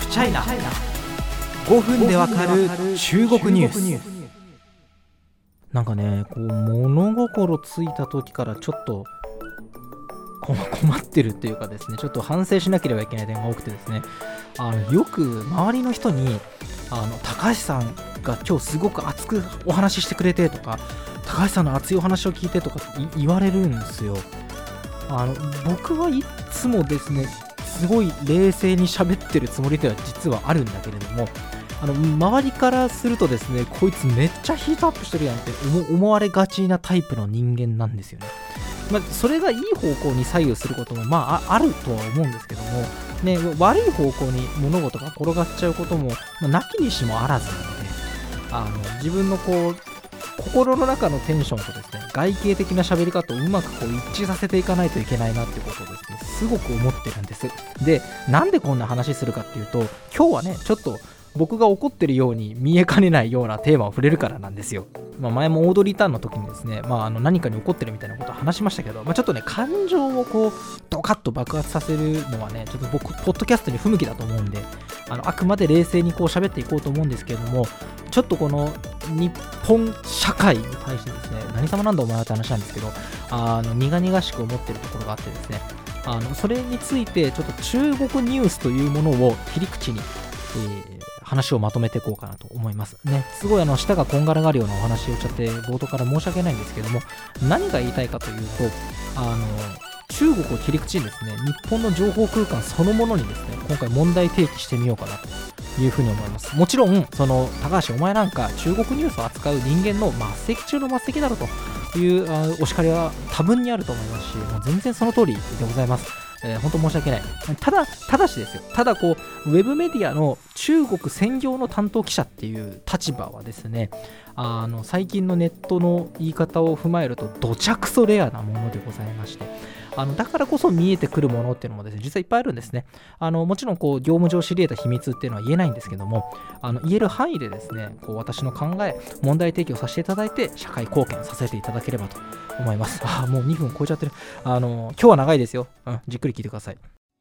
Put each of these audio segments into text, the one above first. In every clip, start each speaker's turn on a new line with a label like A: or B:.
A: フチャイナ5分でわかる中国ニュース。なんかね、こう物心ついた時からちょっと困ってるっていうかですね、ちょっと反省しなければいけない点が多くてですね、よく周りの人に高橋さんが今日すごく熱くお話ししてくれてとか、高橋さんの熱いお話を聞いてとか言われるんですよ。僕はいつもですね、すごい冷静に喋ってるつもりでは実はあるんだけれども、周りからするとですね、こいつめっちゃヒートアップしてるやんって思われがちなタイプの人間なんですよね。それがいい方向に左右することもあるとは思うんですけども、ね、悪い方向に物事が転がっちゃうことも、なきにしもあらずなので、自分の心の中のテンションとですね、外形的な喋り方をうまく一致させていかないといけないなってことをですね、すごく思ってるんです。で、なんでこんな話するかっていうと、今日はね、ちょっと僕が怒ってるように見えかねないようなテーマを触れるからなんですよ。前もオードリーターンの時にですね、何かに怒ってるみたいなことを話しましたけど、ちょっとね、感情をドカッと爆発させるのはね、ちょっと僕ポッドキャストに不向きだと思うんで、あくまで冷静に喋っていこうと思うんですけれども、ちょっとこの日本社会に対してですね、何様なんだお前はって話なんですけど、苦々しく思ってるところがあってですね、それについてちょっと中国ニュースというものを切り口に、話をまとめていこうかなと思いますね。すごい舌がこんがらがるようなお話をしちゃって冒頭から申し訳ないんですけども、何が言いたいかというと、中国を切り口にですね、日本の情報空間そのものにですね、今回問題提起してみようかなというふうに思います。もちろん高橋お前なんか中国ニュースを扱う人間の末席中の末席だろというお叱りは多分にあると思いますし、全然その通りでございます。本当申し訳ない。ただしですよ。ただウェブメディアの中国専業の担当記者っていう立場はですね、最近のネットの言い方を踏まえるとどちゃくそレアなものでございまして、だからこそ見えてくるものっていうのもですね、実はいっぱいあるんですね。もちろん業務上知り得た秘密っていうのは言えないんですけども、言える範囲でですね、私の考え、問題提起をさせていただいて社会貢献させていただければと思います。もう2分超えちゃってる。今日は長いですよ。じっくり聞いてください。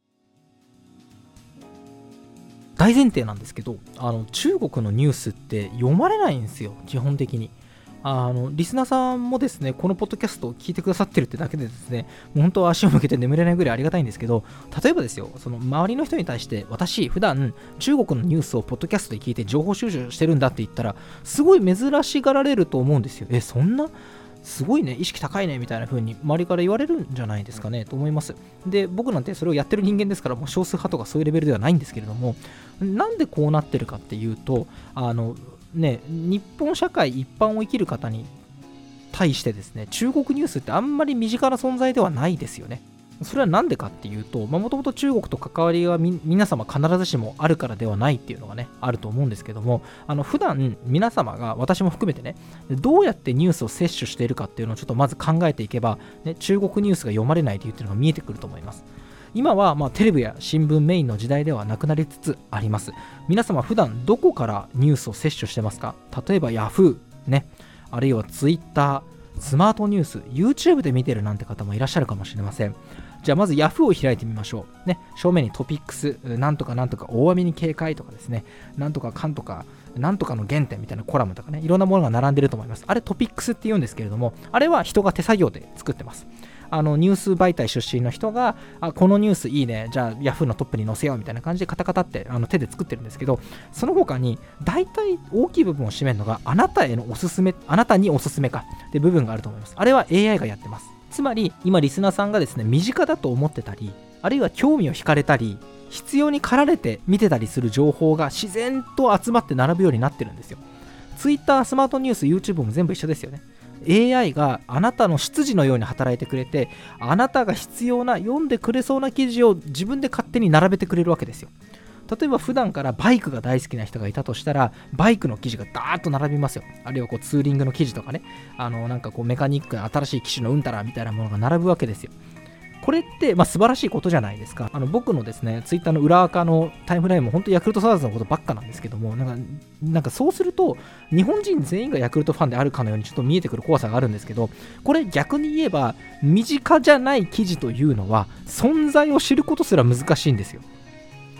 A: 大前提なんですけど、中国のニュースって読まれないんですよ、基本的に。リスナーさんもですね、このポッドキャストを聞いてくださってるってだけでですね、本当は足を向けて眠れないぐらいありがたいんですけど、例えばですよ、その周りの人に対して、私普段中国のニュースをポッドキャストで聞いて情報収集してるんだって言ったら、すごい珍しがられると思うんですよ。そんなすごいね、意識高いねみたいな風に周りから言われるんじゃないですかねと思います。で、僕なんてそれをやってる人間ですから、もう少数派とかそういうレベルではないんですけれども、なんでこうなってるかっていうと、日本社会一般を生きる方に対してですね、中国ニュースってあんまり身近な存在ではないですよね。それはなんでかっていうと、もともと中国と関わりが皆様必ずしもあるからではないっていうのがね、あると思うんですけども、普段皆様が、私も含めてね、どうやってニュースを摂取しているかっていうのをちょっとまず考えていけば、中国ニュースが読まれない理由っていうのが見えてくると思います。今はテレビや新聞メインの時代ではなくなりつつあります。皆様普段どこからニュースを摂取してますか？例えば Yahoo ね、あるいは Twitter、スマートニュース、YouTube で見てるなんて方もいらっしゃるかもしれません。じゃあまず Yahoo を開いてみましょう。ね、正面にトピックス、なんとかなんとか大雨に警戒とかですね、なんとかかんとか、なんとかの原点みたいなコラムとかね、いろんなものが並んでると思います。あれトピックスって言うんですけれども、あれは人が手作業で作ってます。ニュース媒体出身の人がこのニュースいいね、じゃあ Yahoo のトップに載せようみたいな感じでカタカタって手で作ってるんですけど、その他に大体大きい部分を占めるのがあなたにおすすめかって部分があると思います。あれは AI がやってます。つまり今リスナーさんがですね、身近だと思ってたり、あるいは興味を惹かれたり、必要に駆られて見てたりする情報が自然と集まって並ぶようになってるんですよ。Twitter、スマートニュース、YouTube も全部一緒ですよね。AI があなたの執事のように働いてくれて、あなたが必要な読んでくれそうな記事を自分で勝手に並べてくれるわけですよ。例えば普段からバイクが大好きな人がいたとしたら、バイクの記事がダーッと並びますよ。あるいはツーリングの記事とかね、メカニックな新しい機種のうんたらみたいなものが並ぶわけですよ。これって素晴らしいことじゃないですか。僕のですね、ツイッターの裏垢のタイムラインも本当ヤクルトスワローズのことばっかなんですけども、なんかそうすると日本人全員がヤクルトファンであるかのようにちょっと見えてくる怖さがあるんですけど、これ逆に言えば身近じゃない記事というのは存在を知ることすら難しいんですよ。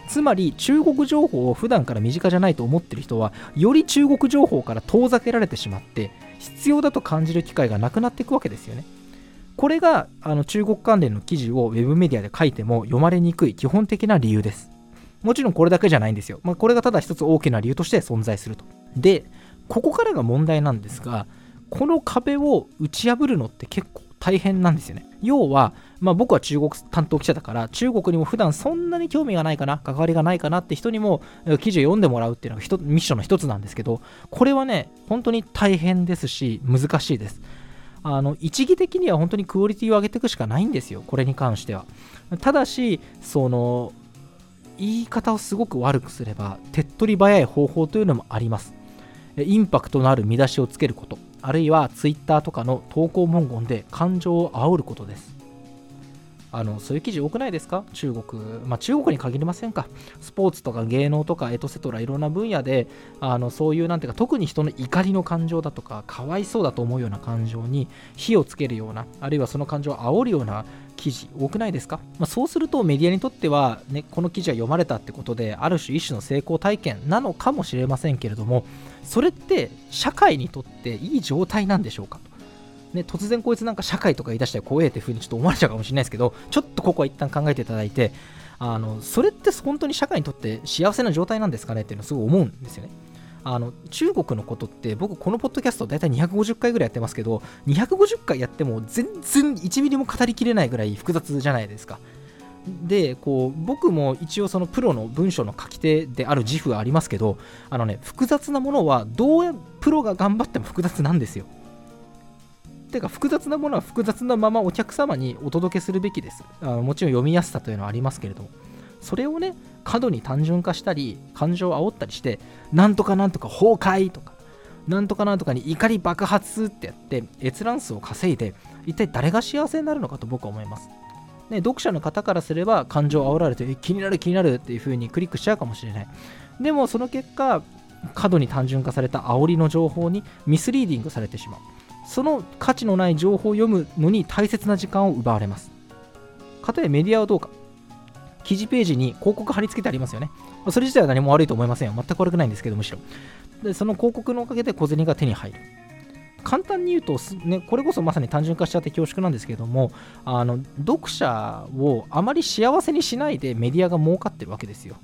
A: つまり中国情報を普段から身近じゃないと思ってる人はより中国情報から遠ざけられてしまって必要だと感じる機会がなくなっていくわけですよね。これが中国関連の記事をウェブメディアで書いても読まれにくい基本的な理由です。もちろんこれだけじゃないんですよ。これがただ一つ大きな理由として存在すると。で、ここからが問題なんですが、この壁を打ち破るのって結構大変なんですよね。要は、僕は中国担当記者だから中国にも普段そんなに興味がないかな、関わりがないかなって人にも記事を読んでもらうっていうのがミッションの一つなんですけど、これはね本当に大変ですし難しいです。一義的には本当にクオリティを上げていくしかないんですよ、これに関しては。ただし言い方をすごく悪くすれば手っ取り早い方法というのもあります。インパクトのある見出しをつけること、あるいはツイッターとかの投稿文言で感情を煽ることです。そういう記事多くないですか？中国、中国に限りませんか。スポーツとか芸能とかエトセトラいろんな分野でそういうなんていうか、特に人の怒りの感情だとかかわいそうだと思うような感情に火をつけるような、あるいはその感情を煽るような記事多くないですか？そうするとメディアにとっては、この記事は読まれたってことである種一種の成功体験なのかもしれませんけれども、それって社会にとっていい状態なんでしょうか？突然こいつなんか社会とか言い出したら怖えっていう風にちょっと思われちゃうかもしれないですけど、ちょっとここは一旦考えていただいて、それって本当に社会にとって幸せな状態なんですかねっていうのをすごい思うんですよね。中国のことって僕このポッドキャストだいたい250回ぐらいやってますけど、250回やっても全然1ミリも語りきれないぐらい複雑じゃないですか。で僕も一応そのプロの文章の書き手である自負はありますけど、複雑なものはプロが頑張っても複雑なんですよ。てか複雑なものは複雑なままお客様にお届けするべきです。もちろん読みやすさというのはありますけれども、それを過度に単純化したり感情を煽ったりして、なんとかなんとか崩壊とかなんとかなんとかに怒り爆発ってやって閲覧数を稼いで、一体誰が幸せになるのかと僕は思います。読者の方からすれば感情を煽られて気になる気になるっていう風にクリックしちゃうかもしれない。でもその結果過度に単純化された煽りの情報にミスリーディングされてしまう。その価値のない情報を読むのに大切な時間を奪われます。かたやメディアはどうか、記事ページに広告貼り付けてありますよね。それ自体は何も悪いと思いませんよ。全く悪くないんですけど、むしろでその広告のおかげで小銭が手に入る。簡単に言うと、これこそまさに単純化しちゃって恐縮なんですけれども、読者をあまり幸せにしないでメディアが儲かってるわけですよ。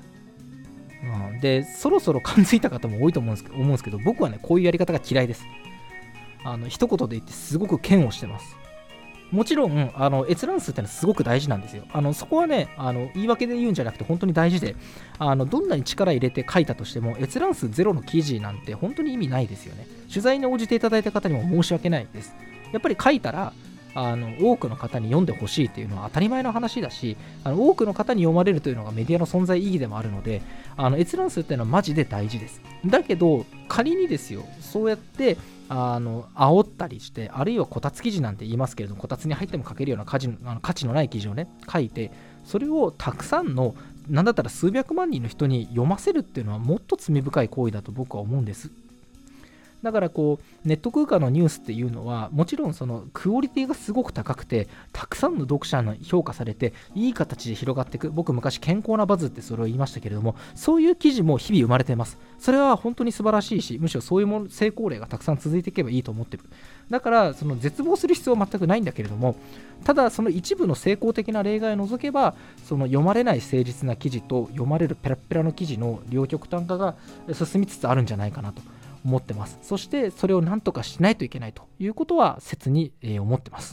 A: でそろそろ感づいた方も多いと思うんですけど、僕はこういうやり方が嫌いです。一言で言ってすごく嫌悪してます。もちろん閲覧数ってのはすごく大事なんですよ。そこは言い訳で言うんじゃなくて本当に大事で、どんなに力入れて書いたとしても閲覧数ゼロの記事なんて本当に意味ないですよね。取材に応じていただいた方にも申し訳ないです。やっぱり書いたら多くの方に読んでほしいっていうのは当たり前の話だし、多くの方に読まれるというのがメディアの存在意義でもあるので、閲覧数っていうのはマジで大事です。だけど仮にですよ、そうやって煽ったりして、あるいはこたつ記事なんて言いますけれども、こたつに入っても書けるような価値のない記事を書いて、それをたくさんのなんだったら数百万人の人に読ませるっていうのはもっと罪深い行為だと僕は思うんです。だからネット空間のニュースっていうのはもちろんそのクオリティがすごく高くて、たくさんの読者に評価されていい形で広がっていく。僕昔健康なバズってそれを言いましたけれども、そういう記事も日々生まれています。それは本当に素晴らしいし、むしろそういう成功例がたくさん続いていけばいいと思ってる。だからその絶望する必要は全くないんだけれども、ただその一部の成功的な例外を除けば、その読まれない誠実な記事と読まれるペラペラの記事の両極端化が進みつつあるんじゃないかなと思ってます。そしてそれを何とかしないといけないということは切に思ってます。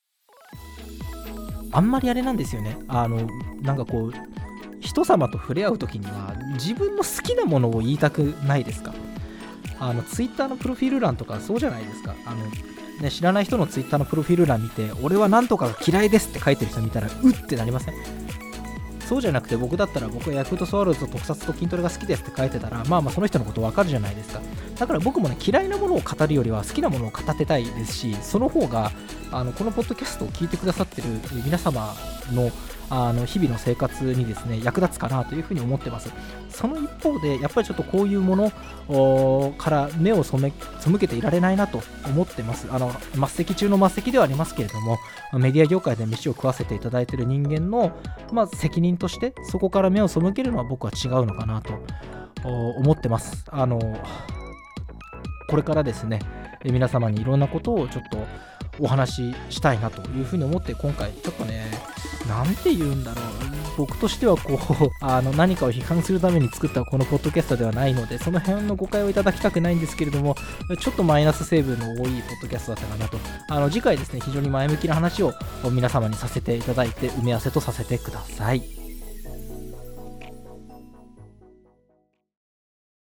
A: あんまりあれなんですよね。なんか人様と触れ合うときには自分の好きなものを言いたくないですか？ツイッターのプロフィール欄とかそうじゃないですか。知らない人のツイッターのプロフィール欄見て、俺はなんとかが嫌いですって書いてる人見たらうってなりません？そうじゃなくて、僕だったら僕はヤクルトスワローズと特撮と筋トレが好きですって書いてたら、その人のこと分かるじゃないですか。だから僕も嫌いなものを語るよりは好きなものを語ってたいですし、その方がこのポッドキャストを聞いてくださってる皆様の日々の生活にですね役立つかなというふうに思ってます。その一方でやっぱりちょっとこういうものから目を背けていられないなと思ってます。末席中の末席ではありますけれども、メディア業界で飯を食わせていただいている人間の、責任としてそこから目を背けるのは僕は違うのかなと思ってます。これからですね皆様にいろんなことをちょっとお話ししたいなというふうに思って、今回ちょっとねなんて言うんだろう、僕としては何かを批判するために作ったこのポッドキャストではないので、その辺の誤解をいただきたくないんですけれども、ちょっとマイナス成分の多いポッドキャストだったかなと。次回ですね非常に前向きな話を皆様にさせていただいて埋め合わせとさせてください。